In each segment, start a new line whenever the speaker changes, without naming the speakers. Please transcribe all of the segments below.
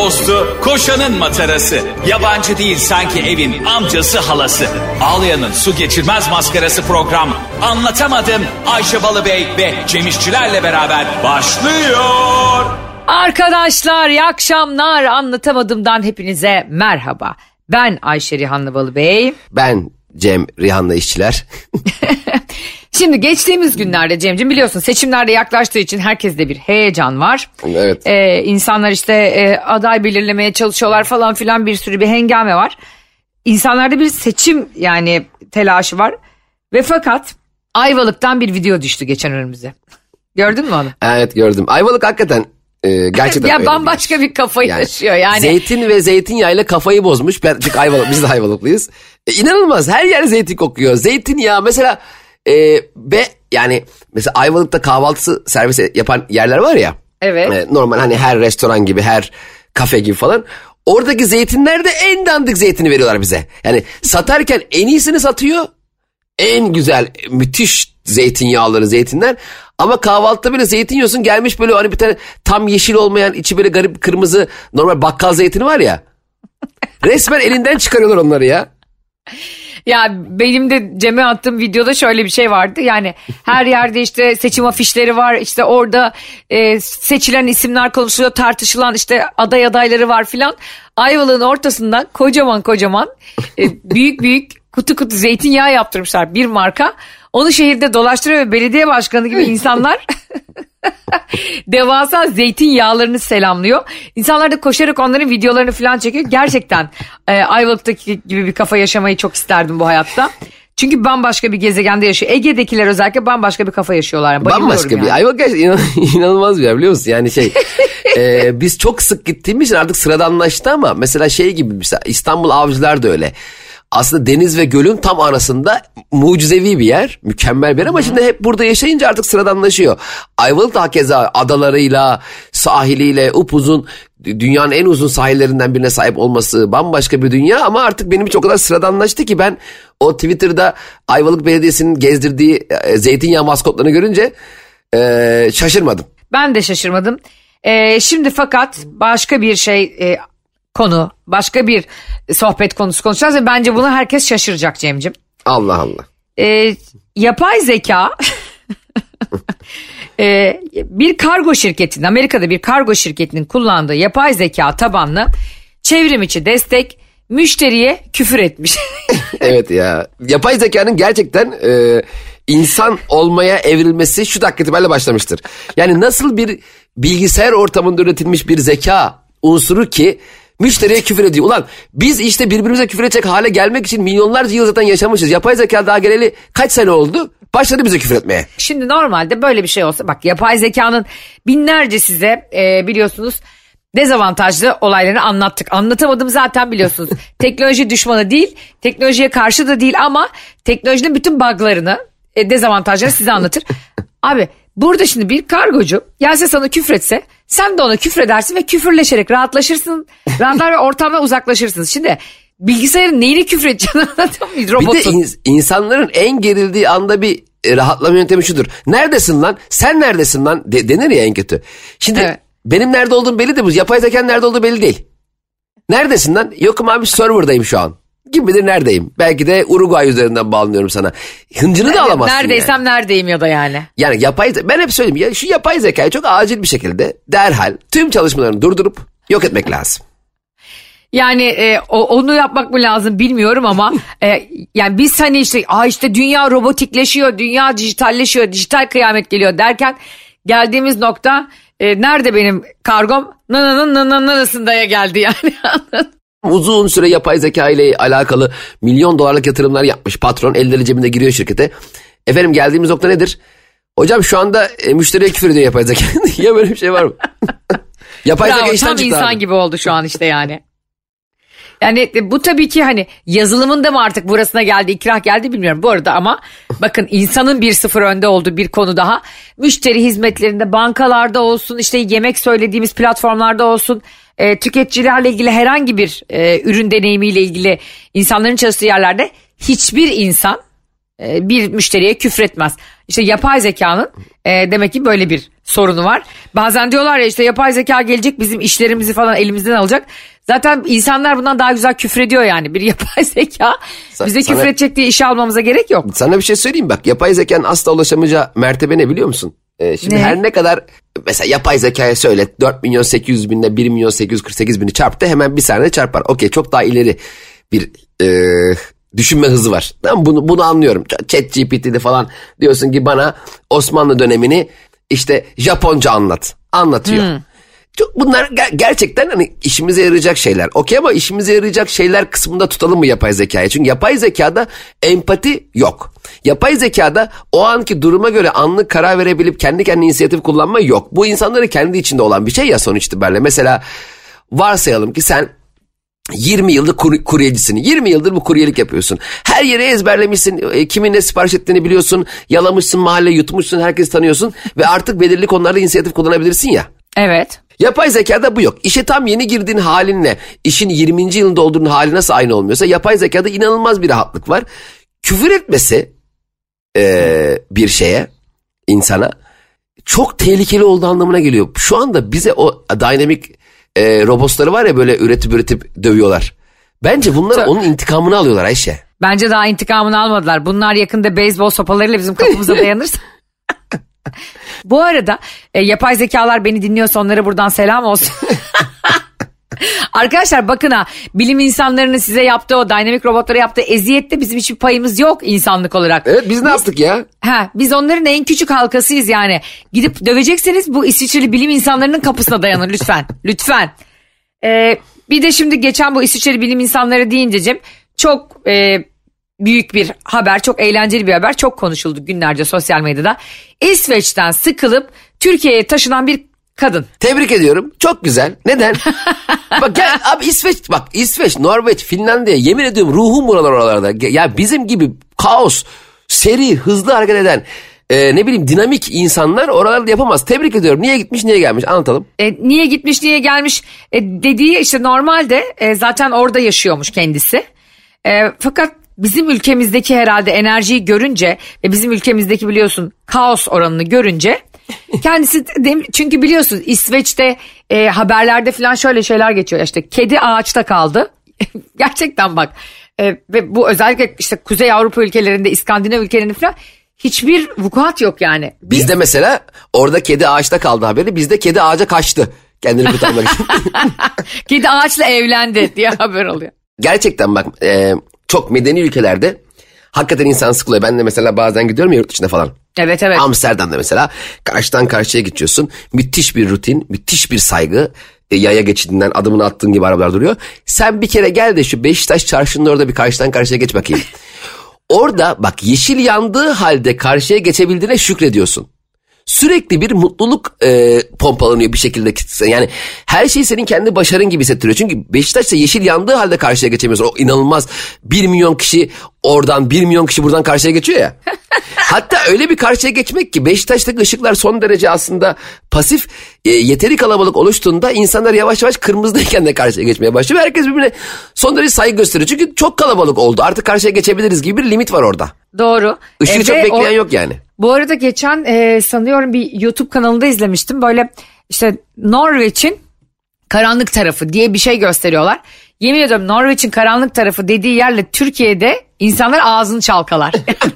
dostu, koşanın matarası. Yabancı değil sanki evin amcası halası. Ağlayan'ın su geçirmez maskarası program. Anlatamadım Ayşe Balıbey ve Cemişçilerle beraber başlıyor.
Arkadaşlar iyi akşamlar. Anlatamadımdan hepinize merhaba. Ben Ayşe Rihanna Balıbey.
Ben Cem Rihanna İşçiler.
Şimdi geçtiğimiz günlerde Cem'ciğim biliyorsun seçimlerde yaklaştığı için herkeste bir heyecan var.
Evet.
İnsanlar işte aday belirlemeye çalışıyorlar falan filan, bir sürü bir hengame var. İnsanlarda bir seçim yani telaşı var. Ve fakat Ayvalık'tan bir video düştü geçen önümüze. Gördün mü onu?
Evet gördüm. Ayvalık hakikaten gerçekten
ya bambaşka bir kafayı taşıyor yani.
Zeytin ve zeytinyağıyla kafayı bozmuş. Çünkü Ayvalık, biz de Ayvalıklıyız. İnanılmaz, her yer zeytin kokuyor. Zeytinyağı mesela ve yani mesela Ayvalık'ta kahvaltısı servis yapan yerler var ya.
Evet.
Normal hani her restoran gibi, her kafe gibi falan. Oradaki zeytinler de en dandik zeytini veriyorlar bize. Yani satarken en iyisini satıyor. En güzel, müthiş zeytinyağları, zeytinler. Ama kahvaltıda bile zeytin yiyorsun, gelmiş böyle hani bir tane tam yeşil olmayan, içi böyle garip kırmızı normal bakkal zeytini var ya. Resmen elinden çıkarıyorlar onları ya.
Ya benim de Cem'e attığım videoda şöyle bir şey vardı. Yani her yerde işte seçim afişleri var. İşte orada seçilen isimler konuşuluyor, tartışılan işte aday adayları var filan. Ayvalık'ın ortasından kocaman büyük büyük kutu kutu zeytinyağı yaptırmışlar, bir marka. Onu şehirde dolaştırıyor ve belediye başkanı gibi insanlar devasa zeytinyağlarını selamlıyor. İnsanlar da koşarak onların videolarını falan çekiyor. Gerçekten Ayvalık'taki gibi bir kafa yaşamayı çok isterdim bu hayatta. Çünkü bambaşka bir gezegende yaşıyor. Ege'dekiler özellikle bambaşka bir kafa yaşıyorlar. Yani
bambaşka
yani.
Bir. Ayvalık gerçekten inanılmaz bir yer, biliyor musun? Yani biz çok sık gittiğimiz için artık sıradanlaştı ama mesela gibi, mesela İstanbul Avcılar da öyle. Aslında deniz ve gölün tam arasında mucizevi bir yer. Mükemmel bir yer ama şimdi hep burada yaşayınca artık sıradanlaşıyor. Ayvalık da hakeza adalarıyla, sahiliyle, upuzun, dünyanın en uzun sahillerinden birine sahip olması bambaşka bir dünya. Ama artık benim için o kadar sıradanlaştı ki ben o Twitter'da Ayvalık Belediyesi'nin gezdirdiği zeytinyağı maskotlarını görünce şaşırmadım.
Ben de şaşırmadım. Şimdi fakat başka bir konu, başka bir sohbet konusu konuşacağız ve bence bunu herkes şaşıracak Cem'ciğim.
Allah Allah.
Yapay zeka bir kargo şirketinin, Amerika'da bir kargo şirketinin kullandığı yapay zeka tabanlı çevrim içi destek müşteriye küfür etmiş.
Evet ya, yapay zekanın gerçekten insan olmaya evrilmesi şu dakika itibariyle başlamıştır. Yani nasıl bir bilgisayar ortamında üretilmiş bir zeka unsuru ki müşteriye küfür ediyor. Ulan biz işte birbirimize küfür edecek hale gelmek için milyonlarca yıl zaten yaşamışız. Yapay zeka daha geleli kaç sene oldu? Başladı bize küfür etmeye.
Şimdi normalde böyle bir şey olsa, bak yapay zekanın binlerce size biliyorsunuz dezavantajlı olaylarını anlattık. Anlatamadım zaten, biliyorsunuz. Teknoloji düşmanı değil, teknolojiye karşı da değil ama teknolojinin bütün bug'larını, dezavantajlarını size anlatır. Abi burada şimdi bir kargocu gelse sana küfretse, sen de ona küfredersin ve küfürleşerek rahatlaşırsın. Rahatlar ve ortamdan uzaklaşırsınız. Şimdi bilgisayarın neyine küfredeceğini anladın mı? Robotun.
Bir de insanların en gerildiği anda bir rahatlama yöntemi şudur. Neredesin lan? Sen neredesin lan? Denir ya en kötü. Şimdi evet. Benim nerede olduğum belli de bu. Yapay zekanın nerede olduğu belli değil. Neredesin lan? Yokum abi, serverdayım şu an. Kim bilir neredeyim? Belki de Uruguay üzerinden bağlanıyorum sana. Hıncını da alamazsın.
Neredeysem yani. Neredeyim ya da yani.
Yani ben hep söyleyeyim ya, şu yapay zekayı çok acil bir şekilde derhal tüm çalışmalarını durdurup yok etmek lazım.
Yani onu yapmak mı lazım bilmiyorum ama yani biz hani işte dünya robotikleşiyor, dünya dijitalleşiyor, dijital kıyamet geliyor derken geldiğimiz nokta nerede benim kargom? Nanasındaya geldi yani.
Uzun süre yapay zeka ile alakalı milyon dolarlık yatırımlar yapmış patron, elleri cebinde giriyor şirkete. Efendim geldiğimiz nokta nedir? Hocam şu anda müşteriye küfür ediyor yapay zeka. Ya böyle bir şey var mı? Yapay zeka işten
tam
çıktı
insan
abi gibi
oldu şu an işte yani. Yani bu tabii ki hani yazılımında mı artık burasına geldi, ikrah geldi bilmiyorum. Bu arada ama bakın insanın 1-0 önde olduğu bir konu daha. Müşteri hizmetlerinde, bankalarda olsun, işte yemek söylediğimiz platformlarda olsun, tüketicilerle ilgili herhangi bir ürün deneyimiyle ilgili insanların çalıştığı yerlerde hiçbir insan bir müşteriye küfretmez. İşte yapay zekanın demek ki böyle bir sorunu var. Bazen diyorlar ya işte yapay zeka gelecek bizim işlerimizi falan elimizden alacak. Zaten insanlar bundan daha güzel küfrediyor yani. Bir yapay zeka bize küfredecek diye işe almamıza gerek yok.
Sana bir şey söyleyeyim bak, yapay zekanın asla ulaşamayacağı mertebe ne biliyor musun? Şimdi her ne kadar mesela yapay zekaya söyle 4.800.000'le 1.848.000'i çarptı, hemen bir saniyede çarpar. Okey, çok daha ileri bir düşünme hızı var. Tamam, bunu anlıyorum. ChatGPT'de falan diyorsun ki bana Osmanlı dönemini işte Japonca anlatıyor. Bunlar gerçekten hani işimize yarayacak şeyler. Okey, ama işimize yarayacak şeyler kısmında tutalım mı yapay zekayı? Çünkü yapay zekada empati yok. Yapay zekada o anki duruma göre anlık karar verebilip kendi kendine inisiyatif kullanma yok. Bu insanların kendi içinde olan bir şey ya sonuç itibariyle. Mesela varsayalım ki sen 20 yıldır kuryecisin. 20 yıldır bu kuryelik yapıyorsun. Her yeri ezberlemişsin. Kimin ne sipariş ettiğini biliyorsun. Yalamışsın, mahalle yutmuşsun, herkesi tanıyorsun. Ve artık belirli konularda inisiyatif kullanabilirsin ya.
Evet.
Yapay zekada bu yok. İşe tam yeni girdiğin halinle işin 20. yılında olduğun hali nasıl aynı olmuyorsa yapay zekada inanılmaz bir rahatlık var. Küfür etmesi bir şeye, insana çok tehlikeli olduğu anlamına geliyor. Şu anda bize o dinamik robotları var ya, böyle üretip dövüyorlar. Bence bunlar onun intikamını alıyorlar Ayşe.
Bence daha intikamını almadılar. Bunlar yakında beyzbol sopalarıyla bizim kapımıza dayanırsa. Bu arada yapay zekalar beni dinliyorsa onlara buradan selam olsun. Arkadaşlar bakın ha, bilim insanlarının size yaptığı, o dinamik robotlara yaptığı eziyette bizim hiçbir payımız yok insanlık olarak.
Evet, biz ne yaptık ya?
Biz onların en küçük halkasıyız yani. Gidip dövecekseniz bu İsviçreli bilim insanlarının kapısına dayanın lütfen. Lütfen. Bir de şimdi geçen bu İsviçreli bilim insanları deyince Cem, çok büyük bir haber, çok eğlenceli bir haber, çok konuşuldu günlerce sosyal medyada. İsveç'ten sıkılıp Türkiye'ye taşınan bir kadın.
Tebrik ediyorum. Çok güzel. Neden? Bak gel abi, İsveç, Norveç, Finlandiya, yemin ediyorum ruhum oralarda. Ya bizim gibi kaos, seri, hızlı hareket eden, ne bileyim dinamik insanlar oralarda yapamaz. Tebrik ediyorum. Niye gitmiş, niye gelmiş? Anlatalım.
Niye gitmiş, niye gelmiş dediği işte normalde zaten orada yaşıyormuş kendisi. Fakat bizim ülkemizdeki herhalde enerjiyi görünce ve bizim ülkemizdeki biliyorsun kaos oranını görünce kendisi çünkü biliyorsunuz İsveç'te haberlerde falan şöyle şeyler geçiyor. İşte kedi ağaçta kaldı. Gerçekten bak. Ve bu özellikle işte Kuzey Avrupa ülkelerinde, İskandinav ülkelerinde falan hiçbir vukuat yok yani.
Bizde mesela orada kedi ağaçta kaldı haberi. Bizde kedi ağaca kaçtı kendini kurtarmak için.
Kedi ağaçla evlendi diye haber oluyor.
Gerçekten bak çok medeni ülkelerde hakikaten insan sıkılıyor. Ben de mesela bazen gidiyorum ya yurt dışına falan.
Evet.
Amsterdam'da mesela karşıdan karşıya geçiyorsun. Müthiş bir rutin, müthiş bir saygı. Yaya geçidinden adımını attığın gibi arabalar duruyor. Sen bir kere gel de şu Beşiktaş çarşının orada bir karşıdan karşıya geç bakayım. Orada bak yeşil yandığı halde karşıya geçebildiğine şükrediyorsun. Sürekli bir mutluluk pompalanıyor bir şekilde. Yani her şey senin kendi başarın gibi hissettiriyor. Çünkü Beşiktaş'ta yeşil yandığı halde karşıya geçemiyorsun. O inanılmaz 1 milyon kişi oradan 1 milyon kişi buradan karşıya geçiyor ya. Hatta öyle bir karşıya geçmek ki Beşiktaş'taki ışıklar son derece aslında pasif, yeteri kalabalık oluştuğunda insanlar yavaş yavaş kırmızıdayken de karşıya geçmeye başlıyor. Herkes birbirine son derece saygı gösteriyor. Çünkü çok kalabalık oldu, artık karşıya geçebiliriz gibi bir limit var orada.
Doğru.
Işığı çok bekleyen yok yani.
Bu arada geçen sanıyorum bir YouTube kanalında izlemiştim. Böyle işte Norveç'in karanlık tarafı diye bir şey gösteriyorlar. Yemin ediyorum Norveç'in karanlık tarafı dediği yerle Türkiye'de insanlar ağzını çalkalar.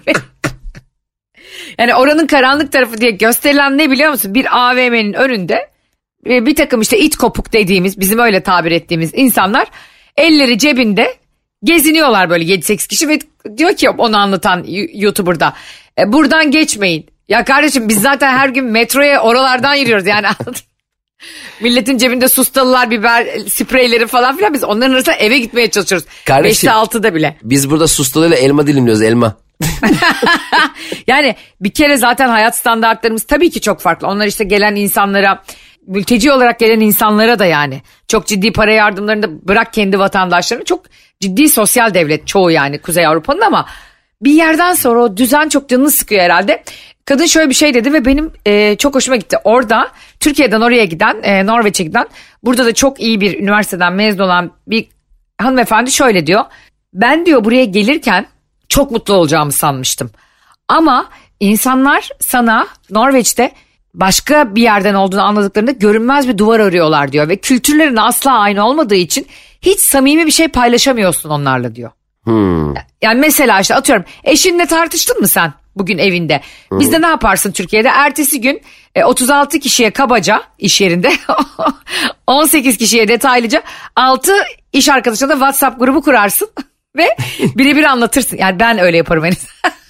Yani oranın karanlık tarafı diye gösterilen ne biliyor musun? Bir AVM'nin önünde bir takım işte it kopuk dediğimiz, bizim öyle tabir ettiğimiz insanlar elleri cebinde geziniyorlar böyle 7-8 kişi ve diyor ki onu anlatan YouTuber'da buradan geçmeyin. Ya kardeşim biz zaten her gün metroya oralardan yürüyoruz yani. Milletin cebinde sustalılar, biber spreyleri falan filan, biz onların arasında eve gitmeye çalışıyoruz. Kardeşim, 5'te 6'da bile.
Biz burada sustalıyla elma dilimliyoruz, elma.
Yani bir kere zaten hayat standartlarımız tabii ki çok farklı. Onlar işte gelen insanlara, mülteci olarak gelen insanlara da yani çok ciddi para yardımlarında, bırak kendi vatandaşlarını, çok ciddi sosyal devlet çoğu yani Kuzey Avrupa'nın, ama bir yerden sonra o düzen çok canını sıkıyor herhalde. Kadın şöyle bir şey dedi ve benim çok hoşuma gitti. Orada Türkiye'den oraya giden, Norveç'e giden, burada da çok iyi bir üniversiteden mezun olan bir hanımefendi şöyle diyor. Ben diyor buraya gelirken çok mutlu olacağımı sanmıştım. Ama insanlar sana Norveç'te başka bir yerden olduğunu anladıklarında görünmez bir duvar örüyorlar diyor. Ve kültürlerin asla aynı olmadığı için hiç samimi bir şey paylaşamıyorsun onlarla diyor. Yani mesela işte atıyorum eşinle tartıştın mı sen bugün evinde? Bizde ne yaparsın Türkiye'de? Ertesi gün 36 kişiye kabaca iş yerinde 18 kişiye detaylıca 6 iş arkadaşına da WhatsApp grubu kurarsın ve birebir anlatırsın. Yani ben öyle yaparım henüz.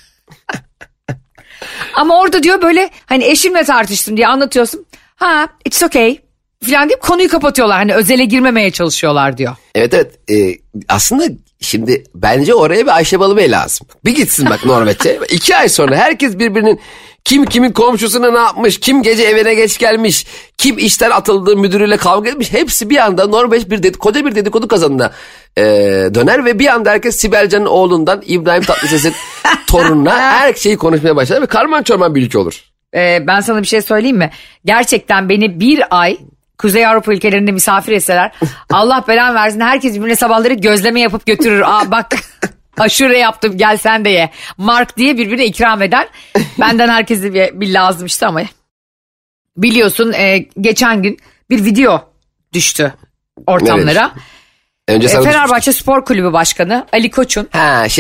Ama orada diyor böyle hani eşimle tartıştım diye anlatıyorsun. Ha it's okay falan deyip konuyu kapatıyorlar. Hani özele girmemeye çalışıyorlar diyor.
Evet. Aslında şimdi bence oraya bir Ayşe Balıbey lazım. Bir gitsin bak Norveç'e. 2 ay sonra herkes birbirinin kim kimin komşusuna ne yapmış, kim gece evine geç gelmiş, kim işten atıldığı müdürüyle kavga etmiş. Hepsi bir anda Norveç koca bir dedikodu kazanına döner ve bir anda herkes Sibel Can'ın oğlundan İbrahim Tatlıses'in torununa her şeyi konuşmaya başlar ve karman çorman bir ülke olur.
Ben sana bir şey söyleyeyim mi? Gerçekten beni bir ay Kuzey Avrupa ülkelerinde misafir etseler Allah belanı versin herkes birbirine sabahları gözleme yapıp götürür. Aa bak aşure yaptım gel sen de ye. Mark diye birbirine ikram eder. Benden herkese bir lazımmıştı ama. Biliyorsun geçen gün bir video düştü ortamlara.
Önce
Fenerbahçe Spor Kulübü Başkanı Ali Koç'un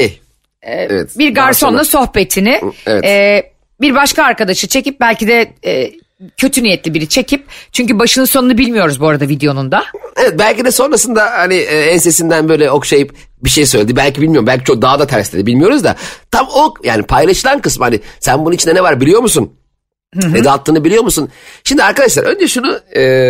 evet,
bir garsonla sohbetini bir başka arkadaşı çekip belki de kötü niyetli biri çekip çünkü başının sonunu bilmiyoruz bu arada videonun da.
Evet belki de sonrasında hani ensesinden böyle okşayıp bir şey söyledi. Belki bilmiyorum. Belki çok daha da ters dedi. Bilmiyoruz da. Tam o yani paylaşılan kısmı hani sen bunun içinde ne var biliyor musun? Ne dağıttığını biliyor musun? Şimdi arkadaşlar önce şunu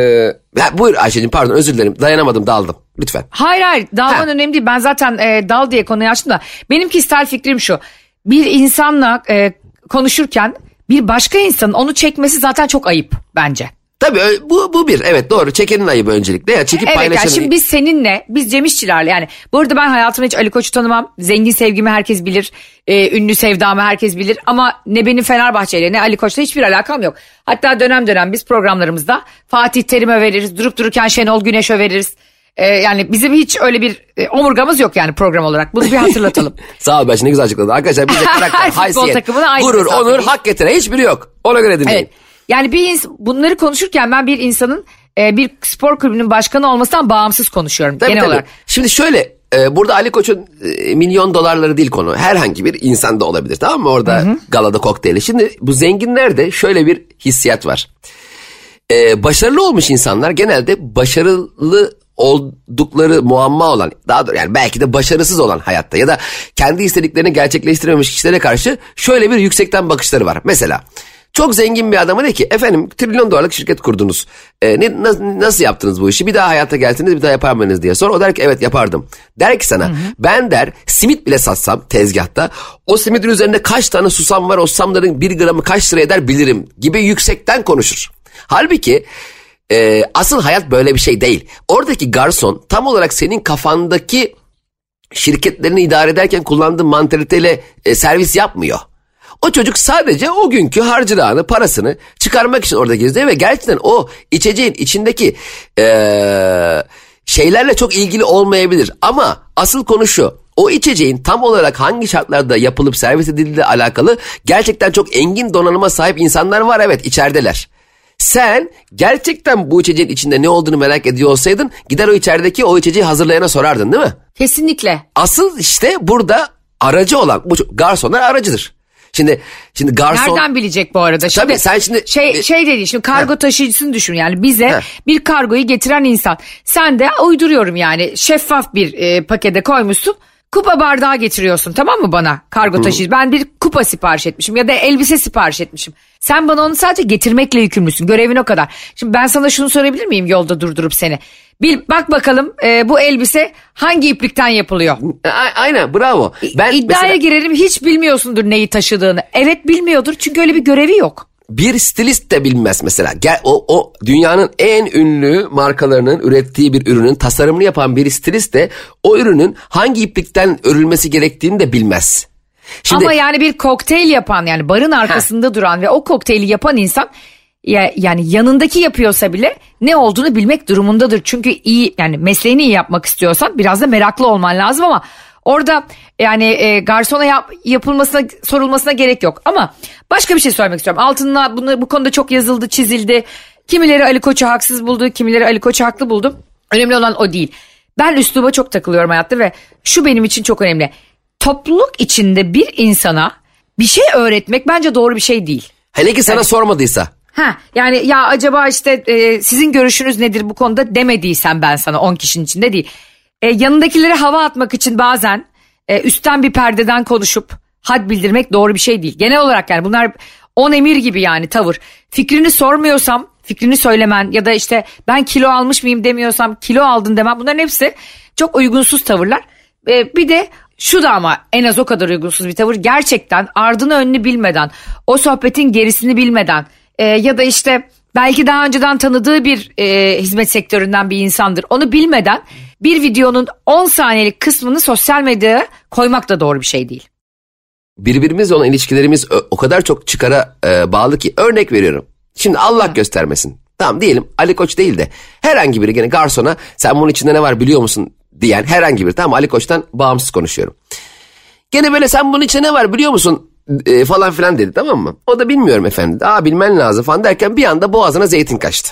buyur Ayşe'cim pardon özür dilerim. Dayanamadım daldım. Lütfen.
Hayır dalman önemli değil. Ben zaten dal diye konuyu açtım da benim kişisel fikrim şu. Bir insanla konuşurken bir başka insanın onu çekmesi zaten çok ayıp bence.
Tabii bu bir evet doğru çekenin ayıbı öncelikle ya çekip paylaşanın.
Evet yani şimdi biz seninle biz Cem İşçilerle yani bu arada ben hayatımda hiç Ali Koç'u tanımam. Zengin sevgimi herkes bilir. Ünlü sevdamı herkes bilir ama ne benim Fenerbahçe'yle ne Ali Koç'la hiçbir alakam yok. Hatta dönem dönem biz programlarımızda Fatih Terim'e veririz durup dururken Şenol Güneş'e veririz. Yani bizim hiç öyle bir omurgamız yok yani program olarak. Bunu bir hatırlatalım.
Sağ ol Başım ne güzel açıkladın. Arkadaşlar bize karakter, haysiyet, gurur, onur, hak getire hiçbiri yok. Ona göre dinleyin. Evet.
Yani bunları konuşurken ben bir insanın bir spor kulübünün başkanı olmasından bağımsız konuşuyorum genel olarak.
Şimdi şöyle burada Ali Koç'un milyon dolarları değil konu. Herhangi bir insan da olabilir tamam mı? Orada galada kokteyli. Şimdi bu zenginlerde şöyle bir hissiyat var. Başarılı olmuş insanlar genelde başarılı oldukları muamma olan daha doğrusu yani belki de başarısız olan hayatta ya da kendi istediklerini gerçekleştirememiş kişilere karşı şöyle bir yüksekten bakışları var. Mesela çok zengin bir adama de ki efendim trilyon dolarlık şirket kurdunuz. Nasıl yaptınız bu işi? Bir daha hayata gelseniz bir daha yapar mısınız diye sor. O der ki evet yapardım. Der ki sana ben der simit bile satsam tezgahta o simitin üzerinde kaç tane susam var o susamların 1 gramı kaç lira eder bilirim gibi yüksekten konuşur. Halbuki asıl hayat böyle bir şey değil. Oradaki garson tam olarak senin kafandaki şirketlerini idare ederken kullandığı mantaliteyle servis yapmıyor. O çocuk sadece o günkü harcırağını, parasını çıkarmak için orada geziyor ve gerçekten o içeceğin içindeki şeylerle çok ilgili olmayabilir. Ama asıl konu şu. O içeceğin tam olarak hangi şartlarda yapılıp servis edildiğiyle alakalı gerçekten çok engin donanıma sahip insanlar var. Evet içerideler. Sen gerçekten bu içeceğin içinde ne olduğunu merak ediyor olsaydın gider o içeceği hazırlayana sorardın değil mi?
Kesinlikle.
Asıl işte burada aracı olan bu garsonlar aracıdır. Şimdi garson...
Nereden bilecek bu arada? Şimdi,
tabii sen şimdi...
Şey dedi şimdi kargo taşıyıcısını düşün yani bize bir kargoyu getiren insan. Sen de uyduruyorum yani şeffaf bir pakete koymuşsun. Kupa bardağı getiriyorsun tamam mı bana kargo taşıyıcı? Ben bir kupa sipariş etmişim ya da elbise sipariş etmişim. Sen bana onu sadece getirmekle yükümlüsün. Görevin o kadar. Şimdi ben sana şunu sorabilir miyim yolda durdurup seni? Bak bakalım bu elbise hangi iplikten yapılıyor?
Aynen bravo.
Ben İddiaya girerim hiç bilmiyorsundur neyi taşıdığını. Evet bilmiyordur çünkü öyle bir görevi yok.
Bir stilist de bilmez mesela. O dünyanın en ünlü markalarının ürettiği bir ürünün tasarımını yapan bir stilist de o ürünün hangi iplikten örülmesi gerektiğini de bilmez. Şimdi,
ama yani bir kokteyl yapan yani barın arkasında duran ve o kokteyli yapan insan yani yanındaki yapıyorsa bile ne olduğunu bilmek durumundadır. Çünkü iyi yani mesleğini iyi yapmak istiyorsan biraz da meraklı olman lazım ama Orada yani garsona yapılmasına, sorulmasına gerek yok. Ama başka bir şey söylemek istiyorum. Altına bu konuda çok yazıldı, çizildi. Kimileri Ali Koç'u haksız buldu, kimileri Ali Koç'u haklı buldu. Önemli olan o değil. Ben üsluba çok takılıyorum hayatta ve şu benim için çok önemli. Topluluk içinde bir insana bir şey öğretmek bence doğru bir şey değil.
Hele ki sana sormadıysa.
Yani ya acaba işte sizin görüşünüz nedir bu konuda demediysem ben sana 10 kişinin içinde değil. Yanındakilere hava atmak için bazen üstten bir perdeden konuşup had bildirmek doğru bir şey değil. Genel olarak yani bunlar 10 emir gibi yani tavır. Fikrini sormuyorsam fikrini söylemen ya da işte ben kilo almış mıyım demiyorsam kilo aldın demem, bunların hepsi çok uygunsuz tavırlar. Bir de şu da ama en az o kadar uygunsuz bir tavır, gerçekten ardını önünü bilmeden, o sohbetin gerisini bilmeden ya da işte belki daha önceden tanıdığı bir hizmet sektöründen bir insandır, onu bilmeden bir videonun 10 saniyelik kısmını sosyal medyaya koymak da doğru bir şey değil.
Birbirimizle olan ilişkilerimiz o kadar çok çıkara bağlı ki, örnek veriyorum. Şimdi Allah göstermesin. Tamam diyelim Ali Koç değil de herhangi biri, gene garsona sen bunun içinde ne var biliyor musun diyen herhangi biri, tamam Ali Koç'tan bağımsız konuşuyorum. Gene böyle sen bunun içinde ne var biliyor musun falan filan dedi, tamam mı? O da bilmiyorum efendim. Bilmen lazım falan derken bir anda boğazına zeytin kaçtı.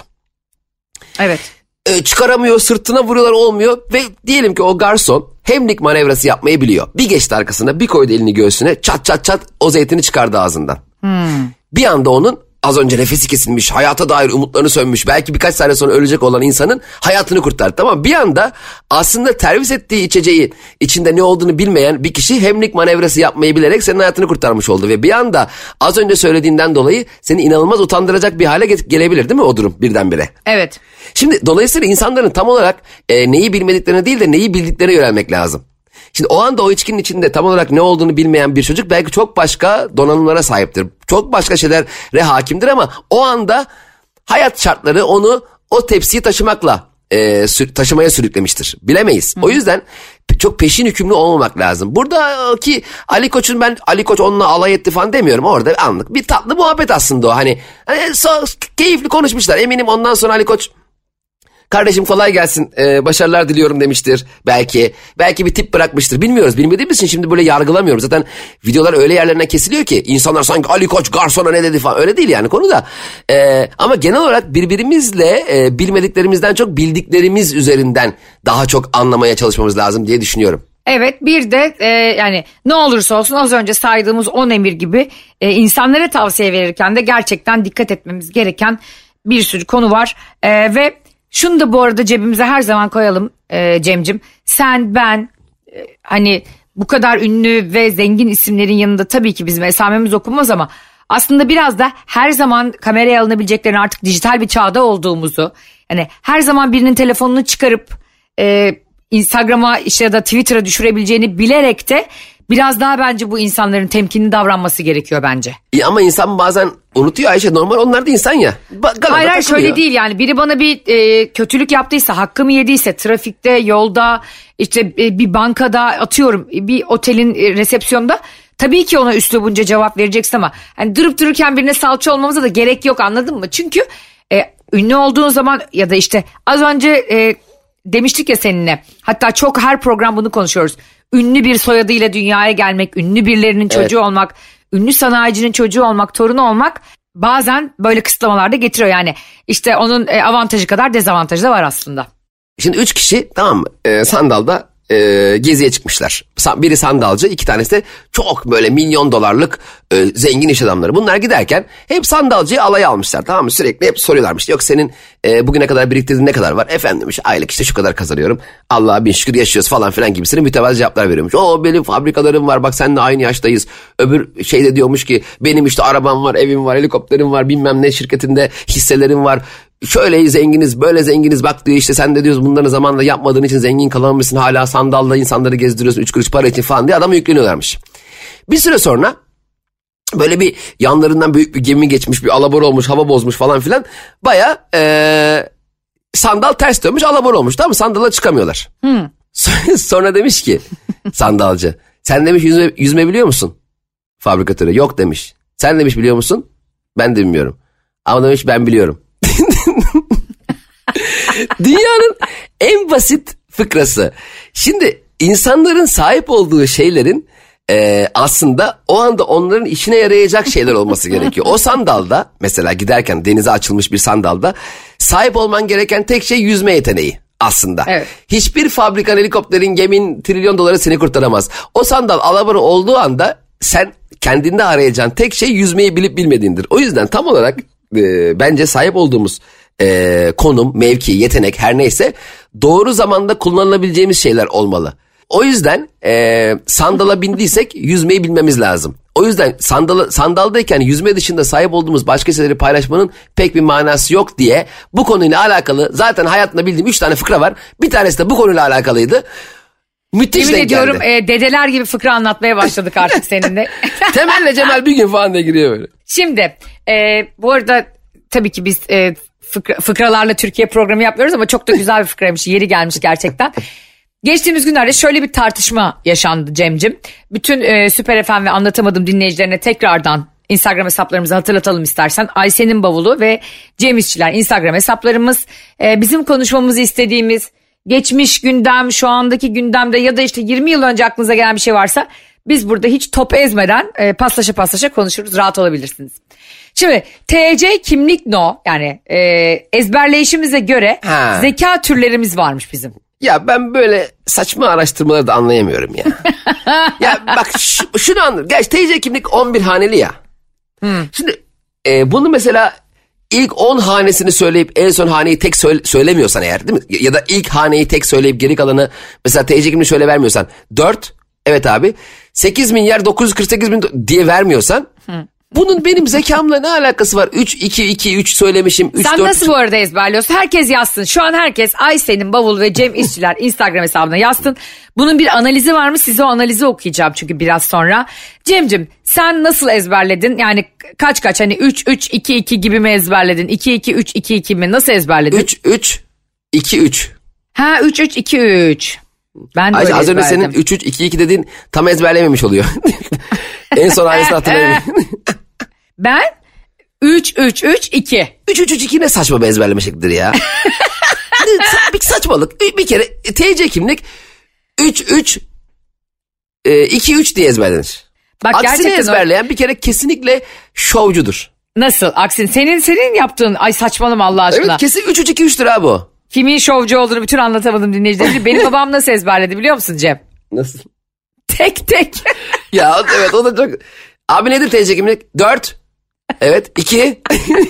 Evet.
Çıkaramıyor, sırtına vuruyorlar, olmuyor ve diyelim ki o garson hemlik manevrası yapmayı biliyor. Bir geçti arkasına, bir koydu elini göğsüne, çat çat çat o zeytini çıkardı ağzından. Bir anda onun az önce nefesi kesilmiş, hayata dair umutlarını sönmüş, belki birkaç saniye sonra ölecek olan insanın hayatını kurtardı. Tamam, bir anda aslında tervis ettiği içeceği içinde ne olduğunu bilmeyen bir kişi hemlik manevrası yapmayı bilerek senin hayatını kurtarmış oldu. Ve bir anda az önce söylediğinden dolayı seni inanılmaz utandıracak bir hale gelebilir değil mi o durum birdenbire?
Evet.
Şimdi dolayısıyla insanların tam olarak neyi bilmediklerini değil de neyi bildiklerini yönelmek lazım. Şimdi o anda o içkinin içinde tam olarak ne olduğunu bilmeyen bir çocuk belki çok başka donanımlara sahiptir. Çok başka şeylere hakimdir ama o anda hayat şartları onu o tepsiyi taşımaya sürüklemiştir. Bilemeyiz. O yüzden çok peşin hükümlü olmamak lazım. Buradaki Ali Koç'un, ben Ali Koç onunla alay etti falan demiyorum. Orada anlık bir tatlı muhabbet aslında o. Hani keyifli konuşmuşlar. Eminim ondan sonra Ali Koç kardeşim kolay gelsin, başarılar diliyorum demiştir belki. Belki bir tip bırakmıştır, bilmiyoruz. Bilmediğimiz için şimdi böyle yargılamıyorum. Zaten videolar öyle yerlerine kesiliyor ki insanlar sanki Ali Koç garsona ne dedi falan, öyle değil yani konu da. Ama genel olarak birbirimizle bilmediklerimizden çok bildiklerimiz üzerinden daha çok anlamaya çalışmamız lazım diye düşünüyorum.
Evet, bir de yani ne olursa olsun az önce saydığımız 10 emir gibi insanlara tavsiye verirken de gerçekten dikkat etmemiz gereken bir sürü konu var. Ve şunu da bu arada cebimize her zaman koyalım Cem'cim. Sen, ben hani bu kadar ünlü ve zengin isimlerin yanında tabii ki bizim esamemiz okunmaz ama aslında biraz da her zaman kameraya alınabileceklerini, artık dijital bir çağda olduğumuzu, yani her zaman birinin telefonunu çıkarıp Instagram'a işte ya da Twitter'a düşürebileceğini bilerek de biraz daha bence bu insanların temkinli davranması gerekiyor bence. Ama
insan bazen unutuyor Ayşe, normal, onlar da insan ya.
Hayır şöyle değil yani, biri bana bir kötülük yaptıysa, hakkımı yediyse, trafikte, yolda, işte bir bankada, atıyorum bir otelin resepsiyonda, tabii ki ona üslubunca cevap vereceksin ama hani durup dururken birine salça olmamıza da gerek yok, anladın mı? Çünkü ünlü olduğun zaman ya da işte az önce demiştik ya seninle, hatta çok her program bunu konuşuyoruz. Ünlü bir soyadıyla dünyaya gelmek, ünlü birilerinin çocuğu olmak, ünlü sanayicinin çocuğu olmak, torunu olmak bazen böyle kısıtlamalar da getiriyor. Yani işte onun avantajı kadar dezavantajı da var aslında.
Şimdi 3 kişi, tamam mı, sandalda geziye çıkmışlar. Biri sandalcı, 2 tanesi de çok böyle milyon dolarlık zengin iş adamları. Bunlar giderken hep sandalcıyı alaya almışlar, tamam mı? Sürekli hep soruyorlarmış. Yok senin bugüne kadar biriktirdiğin ne kadar var? Efendim demiş, aylık işte şu kadar kazanıyorum. Allah'a bin şükür yaşıyoruz falan filan gibisine mütevazı cevaplar veriyormuş. O benim fabrikalarım var, bak seninle aynı yaştayız. Öbür şeyde diyormuş ki benim işte arabam var, evim var, helikopterim var, bilmem ne şirketinde hisselerim var. Şöyle zenginiz, böyle zenginiz, bak diyor işte sen de diyoruz bunları zamanla yapmadığın için zengin kalamamışsın, hala sandalla insanları gezdiriyorsun 3 kuruş para için falan diye adamı yükleniyorlarmış. Bir süre sonra böyle bir yanlarından büyük bir gemi geçmiş, bir alabora olmuş, hava bozmuş falan filan, baya sandal ters dönmüş, alabora olmuş, tamam mı? Sandala çıkamıyorlar. Sonra demiş ki sandalcı, sen demiş yüzme biliyor musun? Fabrikatörü, yok demiş. Sen demiş biliyor musun? Ben de bilmiyorum. Ama demiş ben biliyorum. Dünyanın en basit fıkrası. Şimdi insanların sahip olduğu şeylerin aslında o anda onların işine yarayacak şeyler olması gerekiyor. O sandalda mesela giderken denize açılmış bir sandalda sahip olman gereken tek şey yüzme yeteneği aslında.
Evet.
Hiçbir fabrikan, helikopterin, gemin, trilyon doları seni kurtaramaz. O sandal alabora olduğu anda sen kendinde arayacağın tek şey yüzmeyi bilip bilmediğindir. O yüzden tam olarak bence sahip olduğumuz konum, mevki, yetenek her neyse doğru zamanda kullanılabileceğimiz şeyler olmalı. O yüzden sandala bindiysek yüzmeyi bilmemiz lazım. O yüzden sandaldayken yüzme dışında sahip olduğumuz başka şeyleri paylaşmanın pek bir manası yok diye bu konuyla alakalı zaten hayatımda bildiğim 3 tane fıkra var. Bir tanesi de bu konuyla alakalıydı. Müthiş
Yemin
denk
ediyorum
geldi.
dedeler gibi fıkra anlatmaya başladık artık seninle.
Temel'le Cemal bir gün falan da giriyor böyle.
Şimdi bu arada tabii ki biz fıkralarla Türkiye programı yapmıyoruz ama çok da güzel bir fıkraymış. Yeri gelmiş gerçekten. Geçtiğimiz günlerde şöyle bir tartışma yaşandı Cem'cim. Bütün Süper FM ve Anlatamadım dinleyicilerine tekrardan Instagram hesaplarımızı hatırlatalım istersen. Ayşe'nin bavulu ve Cem İşçiler Instagram hesaplarımız. Bizim konuşmamızı istediğimiz geçmiş gündem, şu andaki gündemde ya da işte 20 yıl önce aklınıza gelen bir şey varsa biz burada hiç top ezmeden paslaşa konuşuruz, rahat olabilirsiniz. Şimdi TC kimlik no yani ezberleyişimize göre zeka türlerimiz varmış bizim.
Ya ben böyle saçma araştırmaları da anlayamıyorum ya. Ya bak şunu anlıyorum. Gerçi TC kimlik 11 haneli ya. Şimdi bunu mesela ilk 10 hanesini söyleyip en son haneyi tek söylemiyorsan eğer değil mi? Ya da ilk haneyi tek söyleyip geri kalanı mesela TC kimliği şöyle vermiyorsan 4 evet abi 8 milyar 948 bin diye vermiyorsan bunun benim zekamla ne alakası var? 3, 2, 2, 3 söylemişim. 3,
Sen
4,
nasıl bu arada ezberliyorsun? Herkes yazsın. Şu an herkes Ayşe'nin bavul ve Cem İşçiler Instagram hesabına yazsın. Bunun bir analizi var mı? Size o analizi okuyacağım çünkü biraz sonra. Cem'cim sen nasıl ezberledin? Yani kaç hani 3, 3, 2, 2 gibi mi ezberledin? 2, 2, 3, 2, 2 mi? Nasıl ezberledin?
3, 3, 2, 3.
Ha 3, 3, 2, 3. Ben de
Ayşe,
öyle
az önce
ezberledim.
senin 3, 3, 2, 2 dediğin tam ezberlememiş oluyor. En son hanesini hatırlayamıyorum.
Ben 3, 3, 3, 2.
3, 3, 3, 2 ne saçma bir ezberleme şeklidir ya. Bir saçmalık. Bir kere TC kimlik 3, 3, 2, 3 diye ezberlenir.
Bak,
aksini
gerçekten
ezberleyen bir kere kesinlikle şovcudur.
Nasıl? Aksine senin yaptığın ay saçmalama Allah aşkına.
Evet kesin 3, 3, 2, 3'tür abi o.
Kimin şovcu olduğunu bütün anlatamadım dinleyicilerim. Benim babam nasıl ezberledi biliyor musun Cem?
Nasıl?
Tek.
Ya evet o da çok... Abi nedir TC kimlik? 4. Evet 2.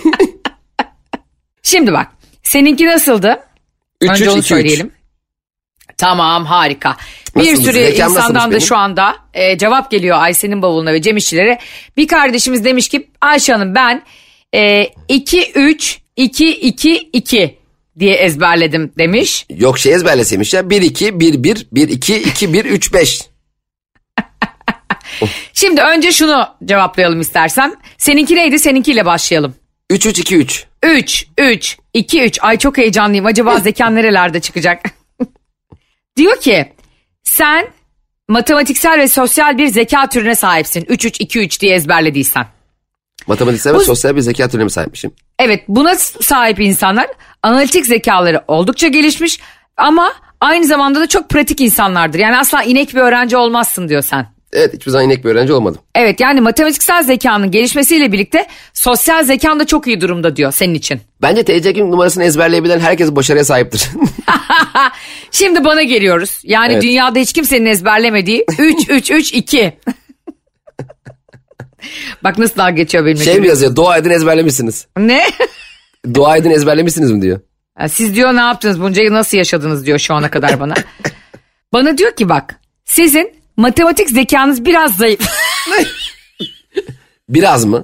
Şimdi bak seninki nasıldı?
3,
Önce
3,
onu
2,
söyleyelim. Tamam harika.
Nasıldı?
Bir sürü
Zekam
insandan
nasılmış
da
benim?
şu anda cevap geliyor Ayşe'nin bavuluna ve Cem İşçilere. Bir kardeşimiz demiş ki Ayşe Hanım ben 2, 3, 2, 2, 2 diye ezberledim demiş.
Yok ezberleseymiş ya 1, 2, 1, 1, 1, 2, 2, 1, 3, 5.
Şimdi önce şunu cevaplayalım istersem. Seninki neydi? Seninkiyle başlayalım.
3, 3, 2, 3.
3, 3, 2, 3. Ay çok heyecanlıyım. Acaba zekan nerelerde çıkacak? Diyor ki sen matematiksel ve sosyal bir zeka türüne sahipsin. 3, 3, 2, 3 diye ezberlediysen.
Matematiksel ve sosyal bir zeka türüne mi sahipmişim?
Evet buna sahip insanlar analitik zekaları oldukça gelişmiş ama aynı zamanda da çok pratik insanlardır. Yani asla inek bir öğrenci olmazsın diyor sen.
Evet hiçbir zaman inek bir öğrenci olmadım.
Evet yani matematiksel zekanın gelişmesiyle birlikte sosyal zekan da çok iyi durumda diyor senin için.
Bence TC kimlik numarasını ezberleyebilen herkes başarıya sahiptir.
Şimdi bana geliyoruz. Yani
Evet.
dünyada hiç kimsenin ezberlemediği 3, 3, 3, 2. Bak nasıl dalga geçiyor benimle.
Şey mi yazıyor? Dua edin ezberlemişsiniz.
Ne?
Dua edin ezberlemişsiniz mi diyor.
Siz diyor ne yaptınız bunca yıl nasıl yaşadınız diyor şu ana kadar bana. Bana diyor ki bak sizin matematik zekanız biraz zayıf.
Biraz mı?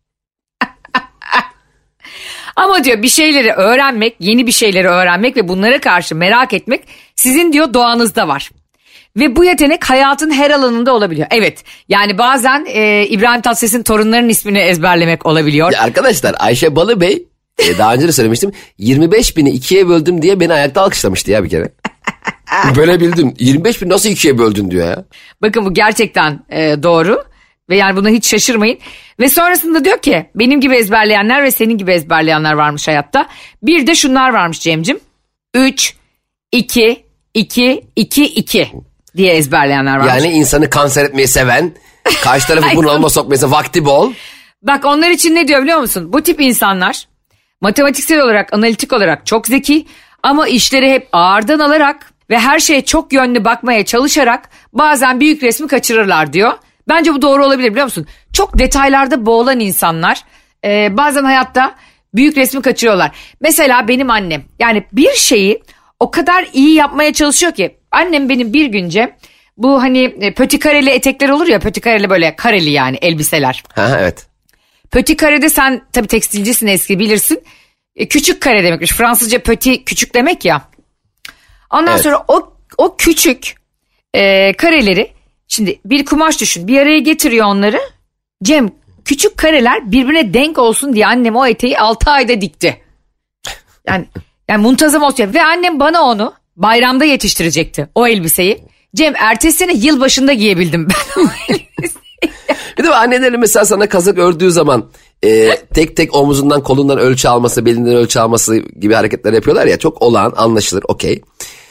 Ama diyor bir şeyleri öğrenmek, yeni bir şeyleri öğrenmek ve bunlara karşı merak etmek sizin diyor doğanızda var. Ve bu yetenek hayatın her alanında olabiliyor. Evet yani bazen İbrahim Tatlıses'in torunlarının ismini ezberlemek olabiliyor.
Ya arkadaşlar Ayşe Balıbey daha önce de söylemiştim 25 bini 2'ye böldüm diye beni ayakta alkışlamıştı ya bir kere. Böyle bildim 25 bin nasıl 2'ye böldün diyor ya.
Bakın bu gerçekten doğru ve yani buna hiç şaşırmayın. Ve sonrasında diyor ki benim gibi ezberleyenler ve senin gibi ezberleyenler varmış hayatta. Bir de şunlar varmış Cem'cim. 3, 2, 2, 2, 2. diye ezberleyenler var.
Yani insanı kanser etmeyi seven, karşı tarafı bunalıma sokmaysa vakti bol.
Bak onlar için ne diyor biliyor musun? Bu tip insanlar matematiksel olarak, analitik olarak çok zeki ama işleri hep ağırdan alarak ve her şeye çok yönlü bakmaya çalışarak bazen büyük resmi kaçırırlar diyor. Bence bu doğru olabilir biliyor musun? Çok detaylarda boğulan insanlar bazen hayatta büyük resmi kaçırıyorlar. Mesela benim annem, yani bir şeyi o kadar iyi yapmaya çalışıyor ki. Annem benim bir günce bu hani pötikareli etekler olur ya, pötikareli böyle kareli yani elbiseler.
Ha, evet.
Pötikarede sen tabii tekstilcisin, eski bilirsin. Küçük kare demekmiş. Fransızca pöti küçük demek ya. Ondan sonra o küçük kareleri, şimdi bir kumaş düşün, bir araya getiriyor onları. Cem, küçük kareler birbirine denk olsun diye annem o eteği 6 ayda dikti. Yani muntazam olsun. Ve annem bana onu bayramda yetiştirecekti, o elbiseyi. Cem, ertesi sene yılbaşında giyebildim ben o elbiseyi.
Bir de annelerin mesela sana kazak ördüğü zaman tek tek omuzundan, kolundan ölçü alması, belinden ölçü alması gibi hareketler yapıyorlar ya, çok olağan, anlaşılır, okey.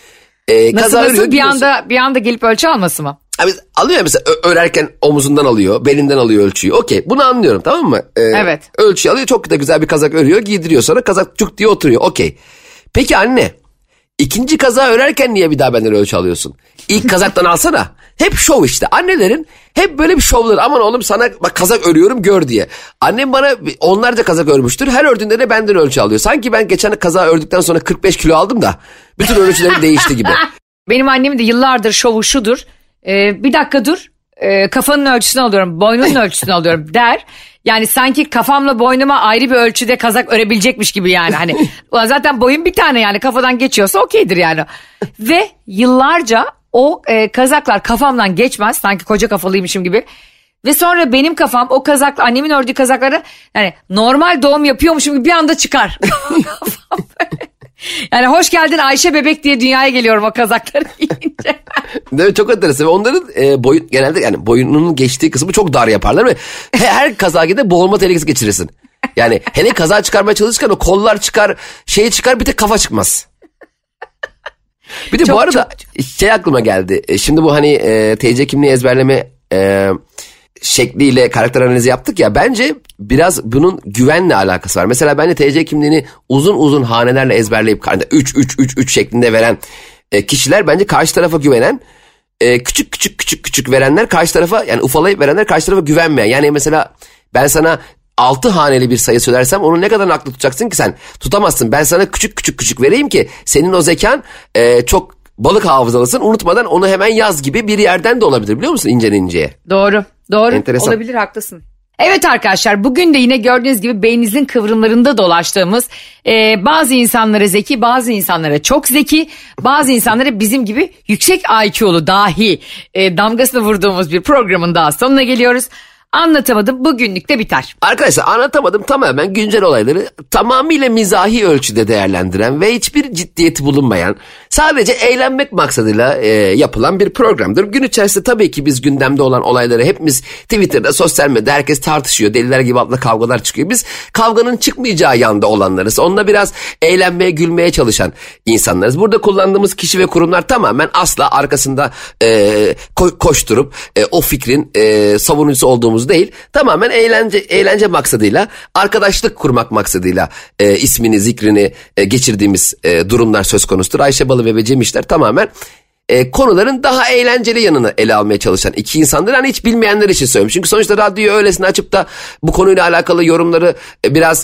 Nasıl bir anda gelip ölçü alması mı?
Abi, alıyor mesela örerken omuzundan alıyor, belinden alıyor ölçüyü, okey, bunu anlıyorum, tamam mı?
Evet.
Ölçüyü alıyor, çok da güzel bir kazak örüyor, giydiriyor, sonra kazak cuk diye oturuyor, okey. Peki anne, ikinci kazağı örerken niye bir daha benden ölçü alıyorsun? İlk kazaktan alsana. Hep şov işte. Annelerin hep böyle bir şovları. Aman oğlum sana bak kazak örüyorum gör diye. Annem bana onlarca kazak örmüştür. Her ördüğünde de benden ölçü alıyor. Sanki ben geçen kazağı ördükten sonra 45 kilo aldım da bütün ölçülerim değişti gibi.
Benim annemin de yıllardır şovu şudur. Bir dakika dur. Kafanın ölçüsünü alıyorum. Boynunun ölçüsünü alıyorum der. Yani sanki kafamla boynuma ayrı bir ölçüde kazak örebilecekmiş gibi yani. Hani zaten boyum bir tane, yani kafadan geçiyorsa okeydir yani. Ve yıllarca o kazaklar kafamdan geçmez. Sanki koca kafalıymışım gibi. Ve sonra benim kafam o kazakla, annemin ördüğü kazakları yani normal doğum yapıyormuşum gibi bir anda çıkar. Kafam böyle. Yani hoş geldin Ayşe bebek diye dünyaya geliyorum o kazakları giyince.
Evet, çok enteresan. Onların genelde yani boyunun geçtiği kısmı çok dar yaparlar ve her kazağa gidip boğulma tehlikesi geçirirsin. Yani hele kazağı çıkarmaya çalışırken o kollar çıkar, şey çıkar, bir tek kafa çıkmaz. Bir de bu arada şey aklıma geldi. Şimdi bu hani TC kimliği ezberleme şekliyle karakter analizi yaptık ya, bence biraz bunun güvenle alakası var. Mesela bence TC kimliğini uzun uzun hanelerle ezberleyip 3-3-3-3 şeklinde veren kişiler bence karşı tarafa güvenen, küçük verenler karşı tarafa, yani ufalayıp verenler karşı tarafa güvenmeyen. Yani mesela ben sana 6 haneli bir sayı söylersem onu ne kadar aklı tutacaksın ki sen? Tutamazsın. Ben sana küçük vereyim ki senin o zekan çok balık hafızalısın, unutmadan onu hemen yaz gibi bir yerden de olabilir, biliyor musun, inceden inceye.
Doğru enteresan. Olabilir, haklısın. Evet arkadaşlar, bugün de yine gördüğünüz gibi beyninizin kıvrımlarında dolaştığımız bazı insanlara zeki, bazı insanlara çok zeki, bazı insanlara bizim gibi yüksek IQ'lu dahi damgasını vurduğumuz bir programın daha sonuna geliyoruz. Anlatamadım bugünlük de biter.
Arkadaşlar, Anlatamadım tamamen güncel olayları tamamıyla mizahi ölçüde değerlendiren ve hiçbir ciddiyeti bulunmayan, sadece eğlenmek maksadıyla yapılan bir programdır. Gün içerisinde tabii ki biz gündemde olan olayları hepimiz Twitter'da, sosyal medyada herkes tartışıyor. Deliler gibi altında kavgalar çıkıyor. Biz kavganın çıkmayacağı yanda olanlarız. Onunla biraz eğlenmeye, gülmeye çalışan insanlarız. Burada kullandığımız kişi ve kurumlar tamamen asla arkasında koşturup o fikrin savunucusu olduğumuz değil, tamamen eğlence maksadıyla, arkadaşlık kurmak maksadıyla ismini, zikrini geçirdiğimiz durumlar söz konusudur. Ayşe Balıbey ve Cem İşler tamamen konuların daha eğlenceli yanını ele almaya çalışan iki insandır. Hani hiç bilmeyenler için söylüyorum. Çünkü sonuçta radyoyu öylesine açıp da bu konuyla alakalı yorumları biraz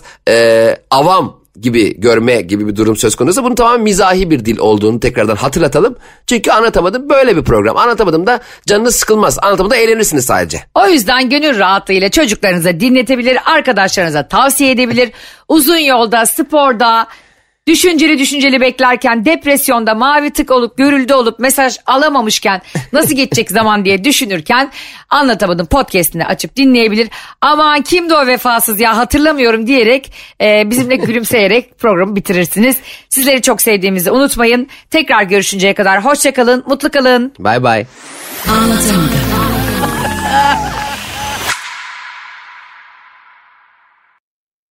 avam gibi görme gibi bir durum söz konusu. Bunun tamamen mizahi bir dil olduğunu tekrardan hatırlatalım. Çünkü Anlatamadım böyle bir program. Anlatamadım da canınız sıkılmaz. Anlatamadım da eğlenirsiniz sadece.
O yüzden gönül rahatlığıyla çocuklarınıza dinletebilir, arkadaşlarınıza tavsiye edebilir. Uzun yolda, sporda, düşünceli beklerken, depresyonda, mavi tık olup, görüldü olup, mesaj alamamışken nasıl geçecek zaman diye düşünürken Anlatamadım podcast'ini açıp dinleyebilir. Aman kimdi o vefasız ya, hatırlamıyorum diyerek bizimle gülümseyerek programı bitirirsiniz. Sizleri çok sevdiğimizi unutmayın. Tekrar görüşünceye kadar hoşça kalın, mutlu kalın.
Bye bye.
Anlatamadım.